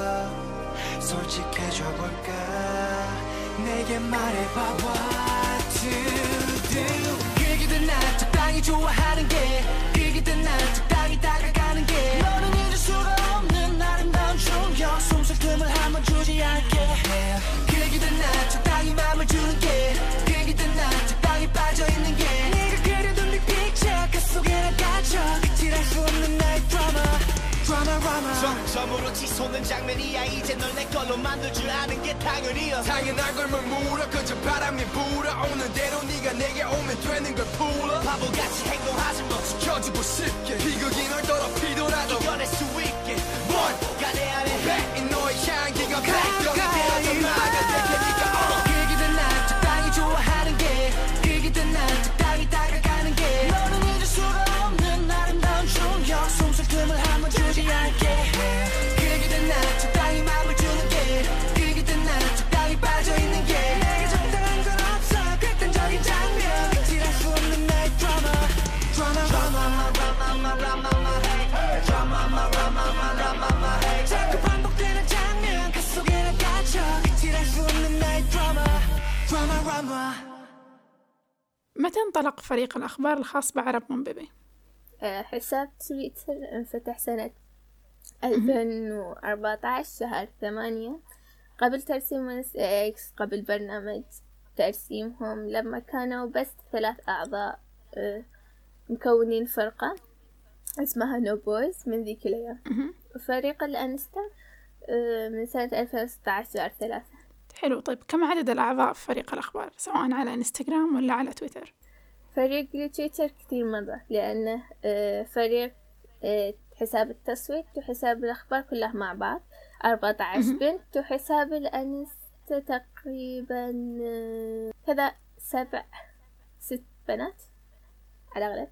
솔직해져 볼까. 내게 말해봐 what to do. 그기든 날 적당히 좋아하는 게 그기든 날 적당히 다가가는 게 너는 잊을 수가 없는 아름다운 충격. 숨쉴 틈을 한번 주지 않게 그기든 날 적당히 맘을 주는 게 그기든 날 적당히 빠져있는 게 네가 그려둔 빅 픽처 그 속에 나 갇혀 그칠할 수 없는 나의 드라마. 드라마 드라마 점점으로 치솟는 장면이야. 이제 널 내 걸로 만들 줄 아는 게 당연이야. 당연한 걸 뭘 물어 그저 바람이 불어오는 대로 네가 내게 오면 되는 걸 풀어. 바보같이 행동하지 마. 지켜주고 싶게 비극이 널 더럽히더라도 이겨낼 수 있게 뭔가 내 안에 이 너의 향기가 백경이 되어서 나가 내게 네가 어 그기든 متى انطلق فريق الأخبار الخاص بعرب منببي؟ آه، حساب تويتر انفتح سنة ألفين وأربعة عشر شهر ثمانية، قبل ترسيم ونس إكس، قبل برنامج ترسيمهم، لما كانوا بس ثلاث أعضاء آه، مكونين فرقة اسمها نو بويز من ذيك الأيام. وفريق الأنستا آه، من سنة ألفين وستة عشر شهر ثلاثة. حلو. طيب كم عدد الأعضاء في فريق الأخبار سواء على إنستغرام ولا على تويتر؟ فريق تويتر كتير مضى، لأنه آه، فريق آه، حساب التصويت وحساب الأخبار كلها مع بعض أربعة عشر بنت، وحساب الأنستا تقريبا آه، كذا سبع ست بنات على الأغلب.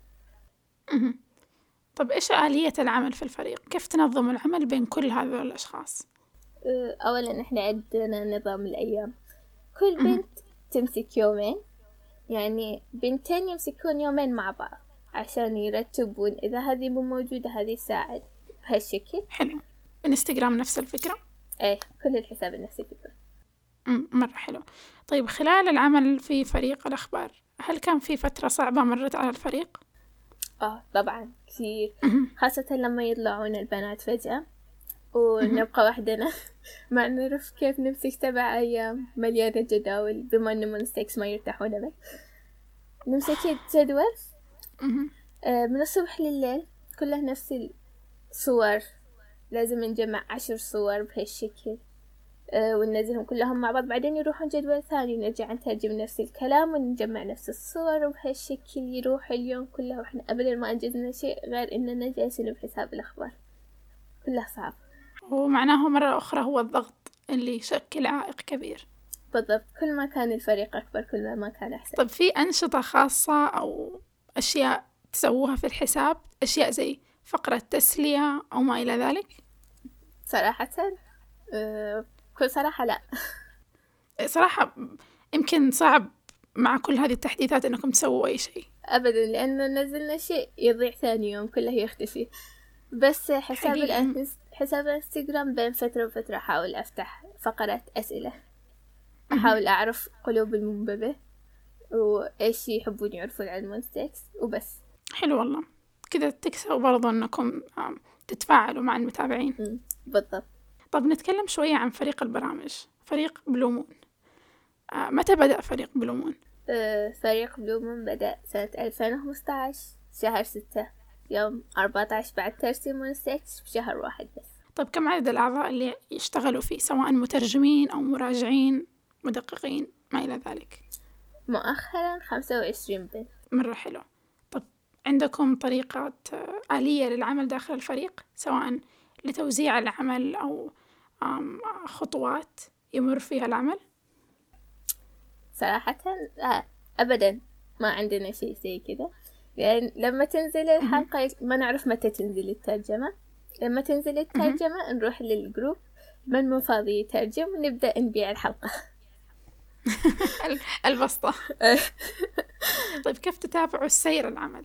طب إيش آلية العمل في الفريق؟ كيف تنظم العمل بين كل هذول الأشخاص؟ آه، أولا إحنا عندنا نظام الأيام، كل بنت تمسك يومين، يعني بنتين يمسكون يومين مع بعض عشان يرتبون، إذا هذه مو موجودة هذه تساعد بهالشكل. حلو. انستغرام نفس الفكرة؟ ايه، كل الحساب نفس الفكرة. امم مرة حلو. طيب خلال العمل في فريق الأخبار هل كان في فترة صعبة مرت على الفريق؟ اه طبعا كثير، خاصة لما يطلعون البنات فجأة ونبقى وحدنا ما نعرف كيف نمسك سبع أيام مليانة جداول، بما أن مونستكس ما يرتاحون أبد. نمسك جدول آه من الصبح لليل كله نفس الصور، لازم نجمع عشر صور بهالشكل آه وننزلهم كلهم مع بعض، بعدين يروحون جدول ثاني نرجع نترجم نفس الكلام ونجمع نفس الصور، وبهالشكل يروح اليوم كله وإحنا أبدا ما أنجزنا شيء غير إننا جالسين بحساب الأخبار. كله صعب، ومعناه مرة أخرى هو الضغط اللي يشكل عائق كبير. بالضبط، كل ما كان الفريق أكبر كل ما كان أحسن. طب في أنشطة خاصة أو أشياء تسووها في الحساب، أشياء زي فقرة تسلية أو ما إلى ذلك؟ صراحة أه بكل صراحة لا. صراحة يمكن صعب مع كل هذه التحديثات أنكم تسووا أي شيء أبدا، لأنه نزلنا شيء يضيع ثاني يوم كله يختفي. بس حساب الأنس حساب الانستغرام بين فترة وفترة أحاول أفتح فقرة أسئلة، أحاول أعرف قلوب المنببة وإيش يحبون يعرفون عن مونستكس وبس. حلو والله، كذا تكسروا برضو أنكم تتفاعلوا مع المتابعين. بالضبط. طب نتكلم شوية عن فريق البرامج، فريق بلو مون. آه متى بدأ فريق بلو مون؟ آه فريق بلو مون بدأ سنة ألفين وخمسة عشر شهر ستة، يوم أربعة عشر بعد ترسيم مونستكس بشهر واحد بس. طب كم عدد الأعضاء اللي يشتغلوا فيه سواء مترجمين أو مراجعين مدققين ما إلى ذلك؟ مؤخرا خمسة وعشرين بنت. مرة حلو. طب عندكم طريقة آلية للعمل داخل الفريق سواء لتوزيع العمل أو خطوات يمر فيها العمل؟ صراحة لا أبدا، ما عندنا شيء زي كذا، لأن لما تنزل الحلقة ما نعرف متى تنزل الترجمة، لما تنزل الترجمة نروح للجروب من مو فاضي يترجم ونبدأ نبيع الحلقة. البسطة. طيب كيف تتابعوا السير العمل؟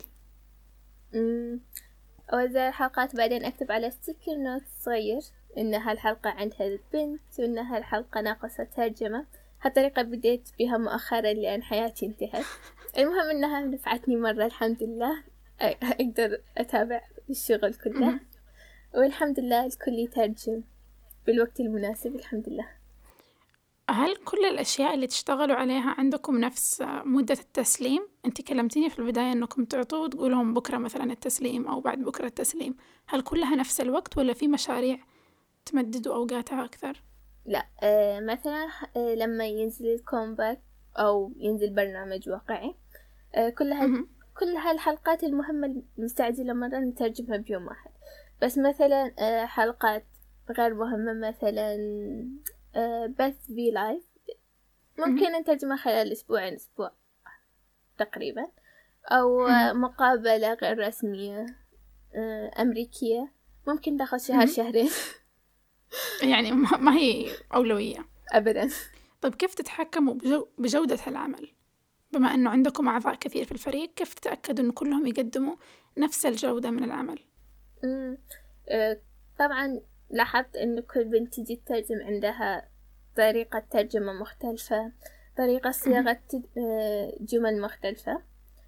أوزع الحلقات، بعدين أكتب على ستيكر نوت صغير إن هالحلقة عندها البنت وإن هالحلقة ناقصة ترجمة. هالطريقة بديت بها مؤخرا لأن حياتي انتهت. المهم إنها نفعتني مرة الحمد لله، أقدر أتابع الشغل كله والحمد لله الكل يترجم بالوقت المناسب الحمد لله. هل كل الأشياء اللي تشتغلوا عليها عندكم نفس مدة التسليم؟ أنت كلمتيني في البداية أنكم تعطوا وتقولهم بكرة مثلا التسليم أو بعد بكرة التسليم، هل كلها نفس الوقت ولا في مشاريع تمددوا أوقاتها أكثر؟ لا آه مثلا آه لما ينزل الكومباك أو ينزل برنامج واقعي آه كلها كل هالحلقات المهمة المستعجلة مرة نترجمها بيوم واحد. بس مثلا آه حلقات غير مهمة مثلا آه بث في لايف ممكن نترجمها خلال أسبوعين أسبوع تقريبا، أو آه مقابلة غير رسمية آه أمريكية ممكن تاخذ شهر شهرين. يعني ما هي أولوية أبدا. طيب كيف تتحكموا بجو بجودة العمل بما أنه عندكم أعضاء كثير في الفريق؟ كيف تتأكدوا أنه كلهم يقدموا نفس الجودة من العمل؟ مم. أه طبعا لاحظت أنه كل بنت تجي تترجم عندها طريقة ترجمة مختلفة، طريقة صياغة جمل مختلفة،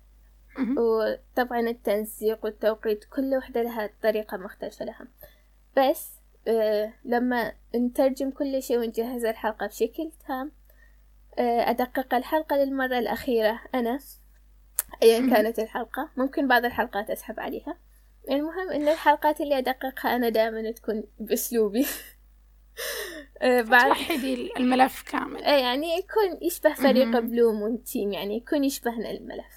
وطبعا التنسيق والتوقيت كل وحدة لها طريقة مختلفة لها. بس أه لما نترجم كل شيء ونجهز الحلقة بشكل تام، أه أدقق الحلقة للمرة الأخيرة أنا أيا كانت الحلقة، ممكن بعض الحلقات أسحب عليها. المهم إن الحلقات اللي أدققها أنا دائما تكون بأسلوبي. توحدي الملف كامل، يعني يكون يشبه فريق بلو مون تيم، يعني يكون يشبهنا الملف.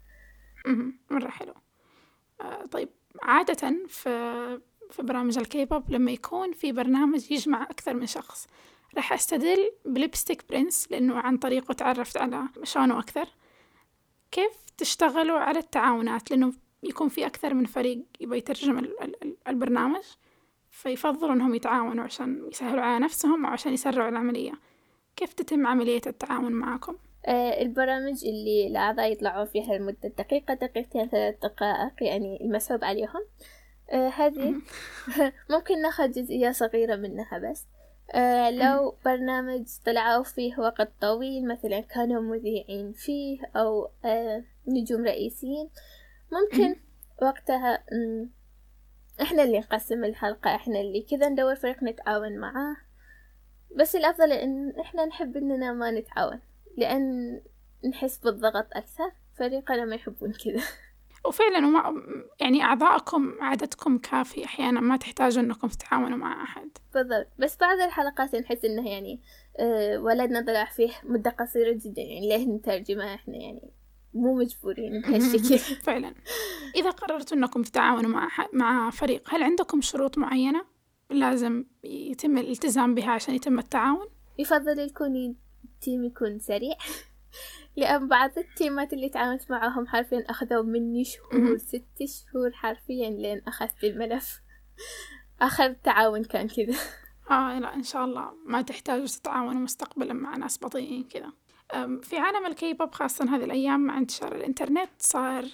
مرة حلو. آه طيب، عادة في في برامج الكيبوب لما يكون في برنامج يجمع أكثر من شخص، راح أستدل بليبستيك برنس لأنه عن طريقه تعرفت على شانه أكثر. كيف تشتغلوا على التعاونات؟ لأنه يكون في أكثر من فريق يبغى يترجم البرنامج، فيفضلوا أنهم يتعاونوا عشان يسهلوا على نفسهم وعشان يسرعوا العملية. كيف تتم عملية التعاون معكم؟ آه البرامج اللي الأعضاء يطلعوا فيها لمدة دقيقة دقيقتين ثلاث دقائق، يعني المسحوب عليهم، آه هذه ممكن ناخذ جزئية صغيرة منها بس. آه لو برنامج طلعوا فيه وقت طويل، مثلا كانوا مذيعين فيه أو آه نجوم رئيسيين، ممكن وقتها إحنا اللي نقسم الحلقة، إحنا اللي كذا ندور فريق نتعاون معاه. بس الأفضل إن إحنا نحب إننا ما نتعاون، لأن نحس بالضغط أكثر. فريقنا ما يحبون كذا. وفعلا وما يعني أعضاءكم عددكم كافي، أحيانا ما تحتاجوا إنكم تتعاونوا مع أحد. بالضبط. بس بعض الحلقات نحس إنه يعني أه ولدنا ضلع فيه مدة قصيرة جدا، يعني ليه نترجمها إحنا، يعني مو مجبورين بهالشكل. فعلا. إذا قررتوا إنكم تتعاونوا مع مع فريق، هل عندكم شروط معينة لازم يتم الالتزام بها عشان يتم التعاون؟ يفضل يكون التيم يكون سريع، لأن بعض التيمات اللي تعاونت معهم حرفيا أخذوا مني شهور، ست شهور حرفيا لين أخذت الملف. آخر تعاون كان كذا. آه لا، إن شاء الله ما تحتاجوا تتعاونوا مستقبلا مع ناس بطيئين كذا. في عالم الكيبوب خاصة هذه الأيام مع انتشار الإنترنت، صار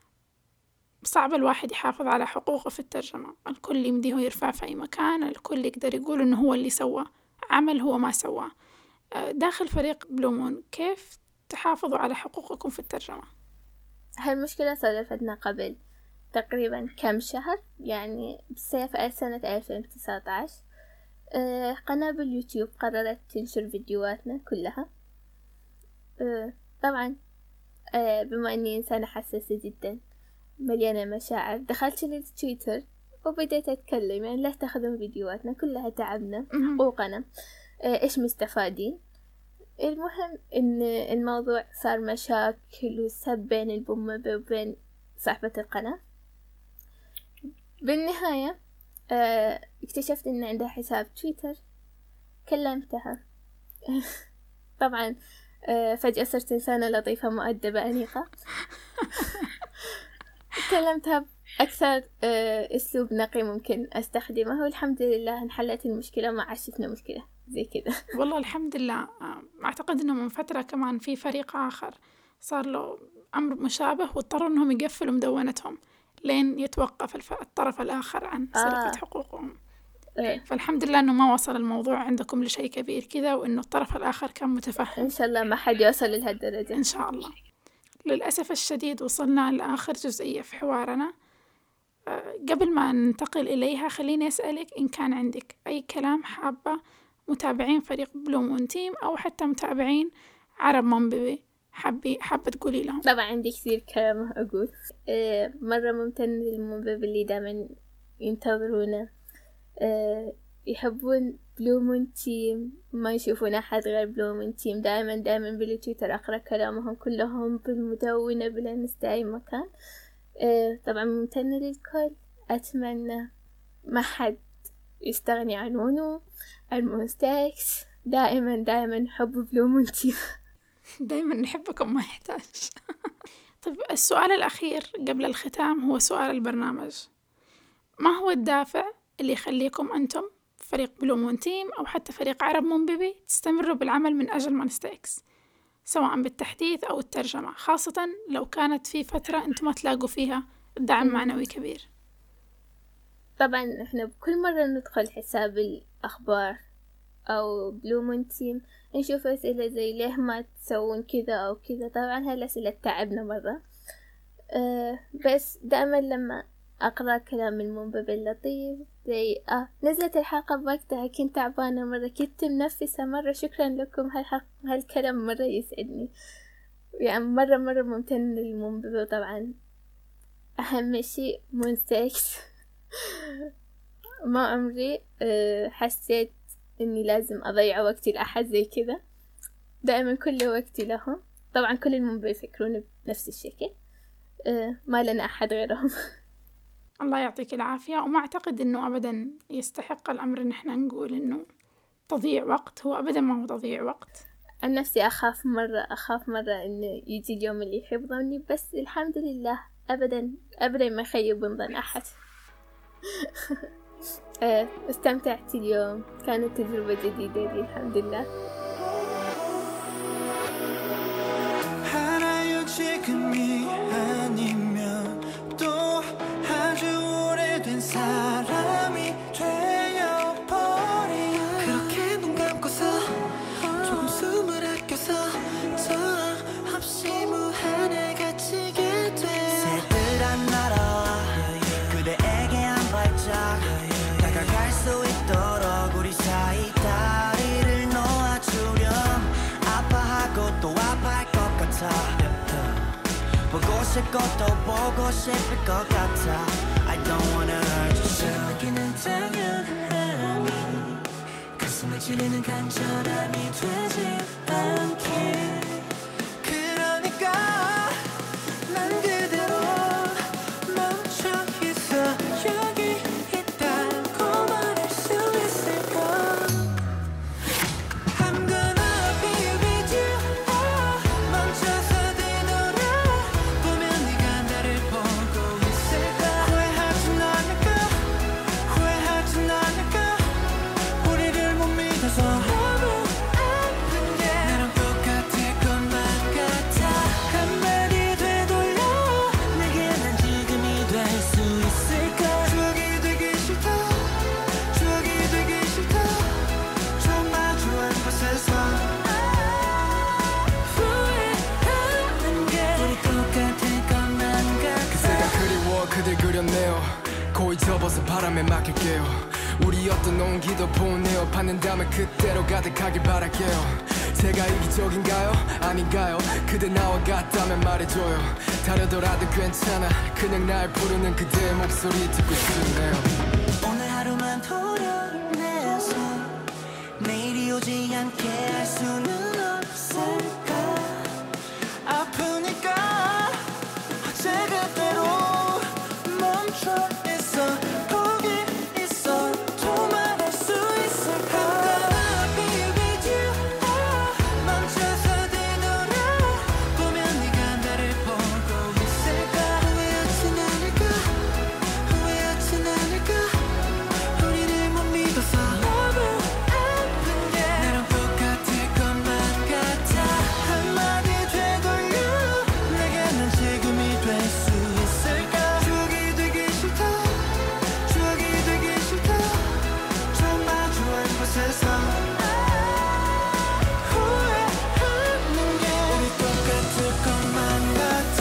صعب الواحد يحافظ على حقوقه في الترجمة. الكل يمديه يرفع في أي مكان، الكل يقدر يقول إنه هو اللي سوى عمل هو ما سوى. داخل فريق بلو مون كيف تحافظوا على حقوقكم في الترجمة؟ هالمشكلة صادفتنا قبل تقريبا كم شهر، يعني بصيف سنة ألفين وتسعة عشر. آه قناة باليوتيوب قررت تنشر فيديوهاتنا كلها. آه طبعا آه بما أني إنسانة حساسة جدا مليانة مشاعر، دخلت للتويتر وبدأت أتكلم، يعني لا تاخذون فيديوهاتنا كلها، تعبنا، حقوقنا، آه إيش مستفادين. المهم إن الموضوع صار مشاكل وسب بين البومة وبين صاحبة القناة. بالنهاية اه اكتشفت إن عندها حساب تويتر، كلمتها. طبعا اه فجأة صرت إنسانة لطيفة مؤدبة أنيقة. كلمتها بأكثر اه أسلوب نقي ممكن أستخدمه، والحمد لله انحلت المشكلة، ما عشتنا مشكلة زي كذا. والله الحمد لله. أعتقد أنه من فترة كمان في فريق آخر صار له أمر مشابه، واضطروا أنهم يقفلوا مدونتهم لين يتوقف الطرف الآخر عن سرقة آه. حقوقهم. إيه. فالحمد لله أنه ما وصل الموضوع عندكم لشيء كبير كذا، وأنه الطرف الآخر كان متفهم. إن شاء الله ما حد يوصل لهالدرجة. إن شاء الله. للأسف الشديد وصلنا لآخر جزئية في حوارنا. قبل ما ننتقل إليها خليني أسألك إن كان عندك أي كلام حابة متابعين فريق بلو مون تيم أو حتى متابعين عرب مون بيبي حابة حابة تقولي لهم. طبعا عندي كثير كلام أقول. أه مرة ممتن للمون بيبي اللي دائما ينتظرونا، أه يحبون بلو مون تيم، ما يشوفون أحد غير بلو مون تيم. دائما دائما بالتويتر أقرأ كلامهم كلهم، بالمدونة، بالانستا، أي مكان. أه طبعا ممتنة للكل. أتمنى ما حد يستغني عن مونو، عن مونستاكس. دائما دائما نحب بلو مون تيم. دائما نحبكم ما يحتاج. طيب السؤال الأخير قبل الختام هو سؤال البرنامج. ما هو الدافع اللي يخليكم أنتم فريق بلو مون تيم أو حتى فريق عرب مون بيبي تستمروا بالعمل من أجل مونستاكس، سواء بالتحديث أو الترجمة، خاصة لو كانت في فترة أنتم ما تلاقوا فيها دعم معنوي كبير؟ طبعا احنا بكل مرة ندخل حساب الأخبار أو بلو مون تيم نشوف أسئلة زي ليه ما تسوون كذا أو كذا. طبعا هالأسئلة تعبنا مرة. بس دائما لما أقرأ كلام المنبب اللطيف زي آه نزلت الحلقة بوقتها، كنت تعبانة مرة، كنت منفسة مرة، شكرا لكم، هالحق هالكلام مرة يسعدني، يعني مرة مرة ممتن للمنبب. وطبعا أهم شيء مونستاكس. ما عمري حسيت إني لازم أضيع وقتي لأحد زي كذا، دائما كل وقتي لهم. طبعا كل المنبب يفكرون بنفس الشكل، ما لنا أحد غيرهم. الله يعطيك العافية. وما أعتقد إنه أبدا يستحق الأمر إن إحنا نقول إنه تضييع وقت، هو أبدا ما هو تضييع وقت. عن نفسي أخاف مرة أخاف مرة إنه يجي اليوم اللي يحبطني، بس الحمد لله أبدا أبدا ما خيب ظن أحد. استمتعت اليوم، كانت تجربة جديدة لي الحمد لله. 지금이 아니면 또 아주 오래된 사람이 되어버린, 그렇게 눈 감고서 조금 숨을 아껴서 저랑 없이 무한에 갇히게 돼. 새들아 날아와 그대에게 한 발짝 다가갈 수 있도록 우리 사이 다리를 놓아주렴. 아파하고 또 아파할 것 같아, 보고 싶고 또 보고 싶을 것 같아. I don't wanna hurt you. 느끼는 당연함이 가슴을 찌르는 간절함이 되지 않게. 그러니까 난 그대로 멈춰 있어. 여기 있다고 말할 수 있을까? I'm gonna be with you. 멈춰서 뒤돌아 보면 네가 나를 보고 있을까? 후회하진 않을까? 후회하진 않을까? 우리를 못 믿어서 너무 아픈 게 나랑 똑같을 것만 같아. 한마디 되돌려 내게 난 지금이 될 수 있을까? 추억이 되기 싫다. 추억이 되기 싫다. 처음 마주한 곳에서 후회하는 게 우리 똑같을 것만 같아. 그새가 그리워 그댈 그렸네요. 고이 접어서 바람에 맡길게요. 우리 어떤 온기도 보내어 받는다면 그대로 가득하길 바랄게요. 제가 이기적인가요? 아닌가요? 그대 나와 같다면 말해줘요. 다르더라도 괜찮아. 그냥 날 부르는 그대의 목소리 듣고 싶네요. 오늘 하루만 도려내서 내일이 오지 않게 할 수는 없을까? 아프니까 어제 그대로 멈춰 있어. 거기 있어도 말할 수 있을까? I'm gonna be with you. 멈춰서 뒤돌아 보면 네가 나를 보고 있을까? 후회하진 않을까? 후회하진 않을까? 우리를 못 믿어서 너무 아픈 게 나랑 똑같을 것만 같아. 한마디 되돌려 내게 난 지금이 될 수 있을까? 추억이 되기 싫다. 추억이 되기 싫다. 처음 마주한 곳에서 후회하는 게 우리 똑같을 것만 같아.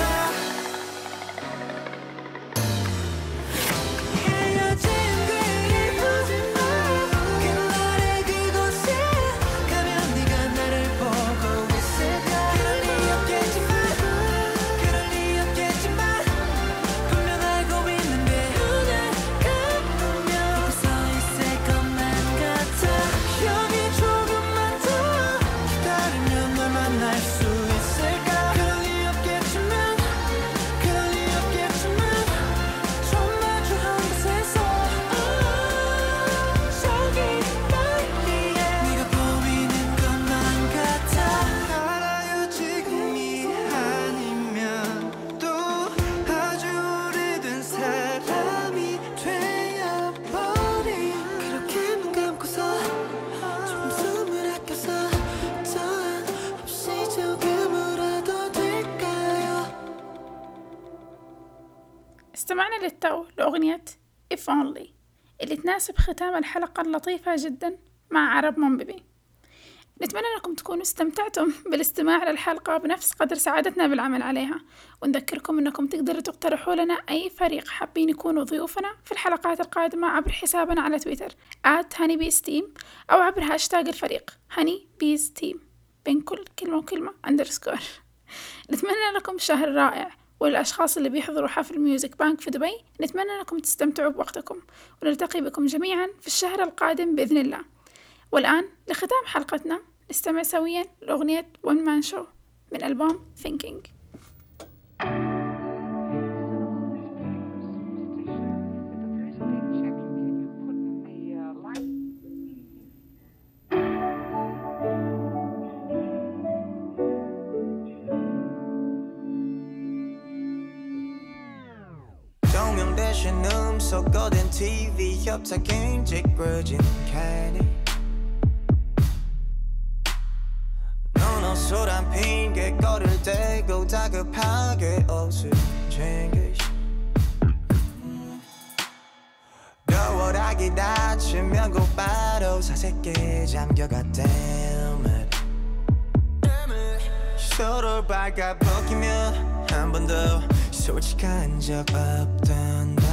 헤어진 그 이유지만 그날의 그곳에 가면 네가 나를 보고 있을까? 그럴 리 없겠지만 그럴 리 없겠지만 분명 알고 있는데 눈을 감으면 서 있을 것만 같아. 여기 조금만 더 기다리면 널 만날 수 있을까? 그럴 리 없겠지만 그럴 리 없겠지만 처음 마주한 곳에서 저기 멀리에 네가 보이는 것만 같아. 알아요 지금이 아니면 또 아주 오래된 사람이 되어버린, 그렇게 눈 감고서 조금 숨을 아껴서 저 없이 조금 울어도 될까요? استمعنا للتو لأغنية If Only اللي تناسب ختام الحلقة اللطيفة جدا مع عرب منببي. نتمنى أنكم تكونوا استمتعتم بالاستماع للحلقة بنفس قدر سعادتنا بالعمل عليها، ونذكركم أنكم تقدروا تقترحوا لنا أي فريق حابين يكونوا ضيوفنا في الحلقات القادمة عبر حسابنا على تويتر آت honeybeesteam أو عبر هاشتاج الفريق honeybeesteam بين كل كلمة وكلمة أندرسكور. نتمنى لكم شهر رائع، وللأشخاص اللي بيحضروا حفل ميوزك بانك في دبي نتمنى أنكم تستمتعوا بوقتكم، ونلتقي بكم جميعا في الشهر القادم بإذن الله. والآن لختام حلقتنا نستمع سويا لأغنية One Man Show من ألبوم Thinking. 정명대신 음소거든 티비 협착인 찌그러진 캔이 소란 핑계거리를 대고 다급하게 옷을 챙겨 겨울하기 다치면 곧바로 사색에 잠겨가 damn it 서로를 발가벗기며 한 번도 솔직한 적 없단다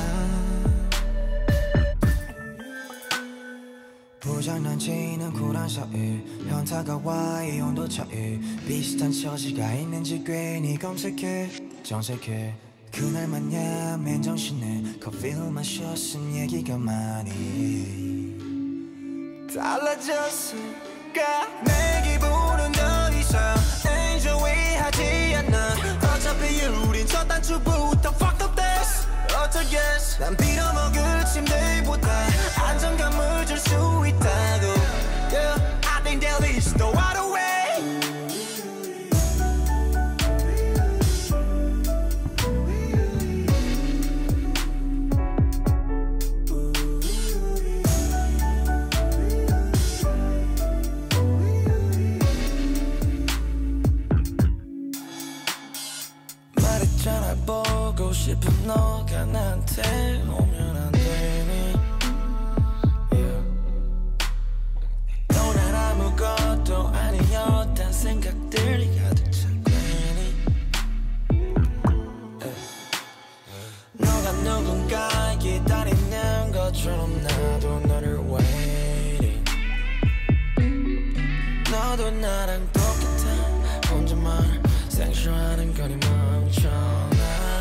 부장난치는 쿨한 사이 현타가와의 온도 차이 비슷한 처지가 있는지 괜히 검색해 정색해 그날 마냥 맨정신에 커피를 마셨음 얘기가 많이 달라졌을까 내 기분은 더 이상 enjoy하지 않아 어차피 우린 첫 단추부터 fucked up this 어쩌겠어 난 빌어먹을 침대보다 안정감을 줄 수 있다고 yeah, I think there is no other way 말했잖아 보고 싶은 너가 나한테 오면 안 되니 yeah. 너는 아무것도 아니었단 생각들이 가득 차 괜히 yeah. 너가 누군가 기다리는 것처럼 나도 너를 waiting 너도 나랑 똑같아 혼자만 생쇼하는 거니 멍청아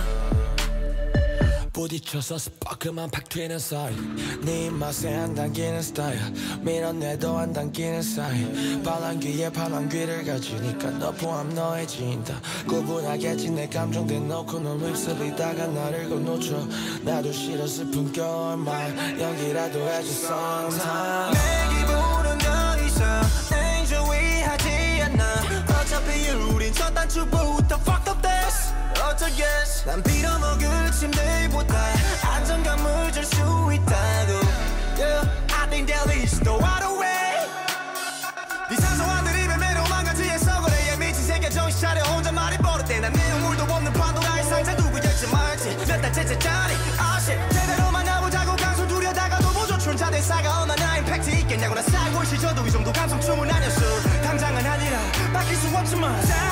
부딪혀서 스파크만 팍 튀는 사이 네 입맛에 안 당기는 스타일 밀어내도 안 당기는 사이 발랑귀에 발랑귀를 가지니까 너 포함 너의 지인 다 구분하겠지 내 감정 대놓고 넌 휩쓸리다가 나를 건너쳐 나도 싫어 슬픈 겨울말 연기라도 해줘 sometime 내 기분은 더 이상 enjoy하지 않아 어차피 우린 첫 단추부터 fucked up this 어쩌겠어 난 빌어먹을 침대보다 안정감을 줄 수 있다고 yeah, I think there is no other way 네 사소한 드립에 매료만 같이 해서 그래 미친 새끼 정신 차려 혼자 말이 버릇돼 난 내용물도 없는 판도라의 상자 누구였지 말지 몇 달째 짜리 아 shit 제대로 만나보자고 강수 두려다가도 보조 춘자된 싸가 얼마나 임팩트 있겠냐고 나 싸이월 시저도 이 정도 감성 춤은 아니었어 당장은 아니라 바뀔 수 없지만